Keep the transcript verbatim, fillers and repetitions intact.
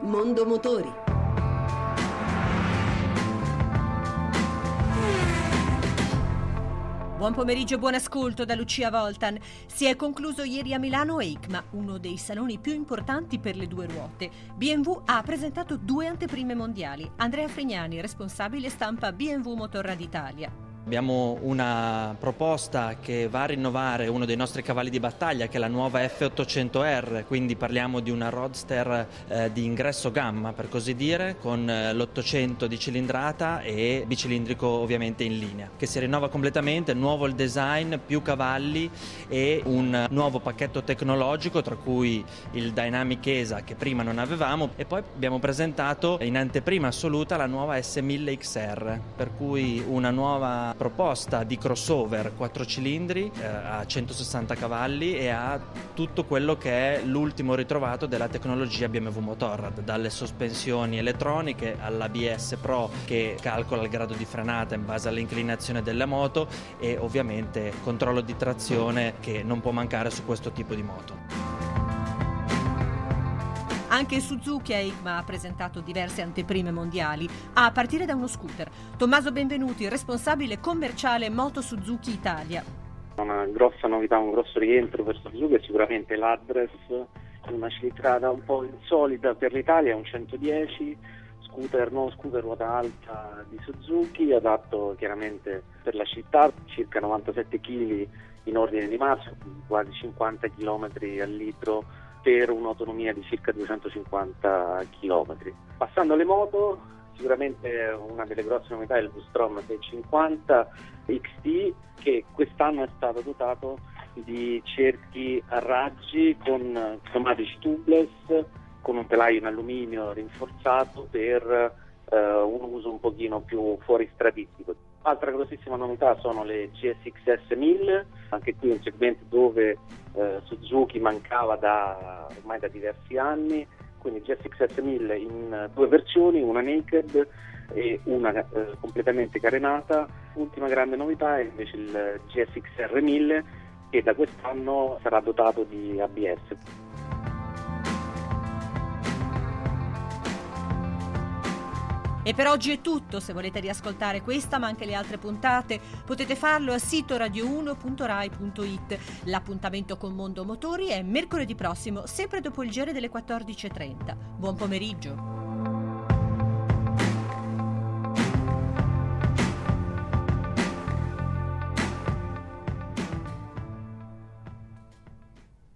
Mondo Motori. Buon pomeriggio e buon ascolto da Lucia Voltan. Si è concluso ieri a Milano EICMA, uno dei saloni più importanti per le due ruote. B M W ha presentato due anteprime mondiali. Andrea Frignani, responsabile stampa B M W Motorrad Italia. Abbiamo una proposta che va a rinnovare uno dei nostri cavalli di battaglia, che è la nuova F ottocento R, quindi parliamo di una roadster eh, di ingresso gamma, per così dire, con eh, l'ottocento di cilindrata e bicilindrico ovviamente in linea, che si rinnova completamente, nuovo il design, più cavalli e un nuovo pacchetto tecnologico, tra cui il Dynamic E S A che prima non avevamo, e poi abbiamo presentato in anteprima assoluta la nuova S mille X R, per cui una nuova proposta di crossover quattro cilindri eh, a centosessanta cavalli e a tutto quello che è l'ultimo ritrovato della tecnologia B M W Motorrad, dalle sospensioni elettroniche all'A B S Pro che calcola il grado di frenata in base all'inclinazione della moto e ovviamente controllo di trazione che non può mancare su questo tipo di moto. Anche Suzuki a EICMA ha presentato diverse anteprime mondiali, a partire da uno scooter. Tommaso Benvenuti, responsabile commerciale Moto Suzuki Italia. Una grossa novità, un grosso rientro per Suzuki è sicuramente l'Address, una cilindrata un po' insolita per l'Italia, un centodieci, scooter, nuovo scooter ruota alta di Suzuki, adatto chiaramente per la città, circa novantasette chili in ordine di massa, quasi cinquanta chilometri al litro, per un'autonomia di circa duecentocinquanta chilometri. Passando alle moto, sicuramente una delle grosse novità è il V-Strom seicentocinquanta X T, che quest'anno è stato dotato di cerchi a raggi con pneumatici tubeless, con un telaio in alluminio rinforzato per eh, un uso un pochino più fuoristratistico. Altra grossissima novità sono le G S X S mille, anche qui un segmento dove eh, Suzuki mancava da ormai da diversi anni, quindi G S X S mille in due versioni, una naked e una eh, completamente carenata. Ultima grande novità è invece il G S X R mille, che da quest'anno sarà dotato di A B S. E per oggi è tutto. Se volete riascoltare questa ma anche le altre puntate potete farlo al sito radio uno punto rai punto it. L'appuntamento con Mondo Motori è mercoledì prossimo, sempre dopo il giro delle quattordici e trenta. Buon pomeriggio.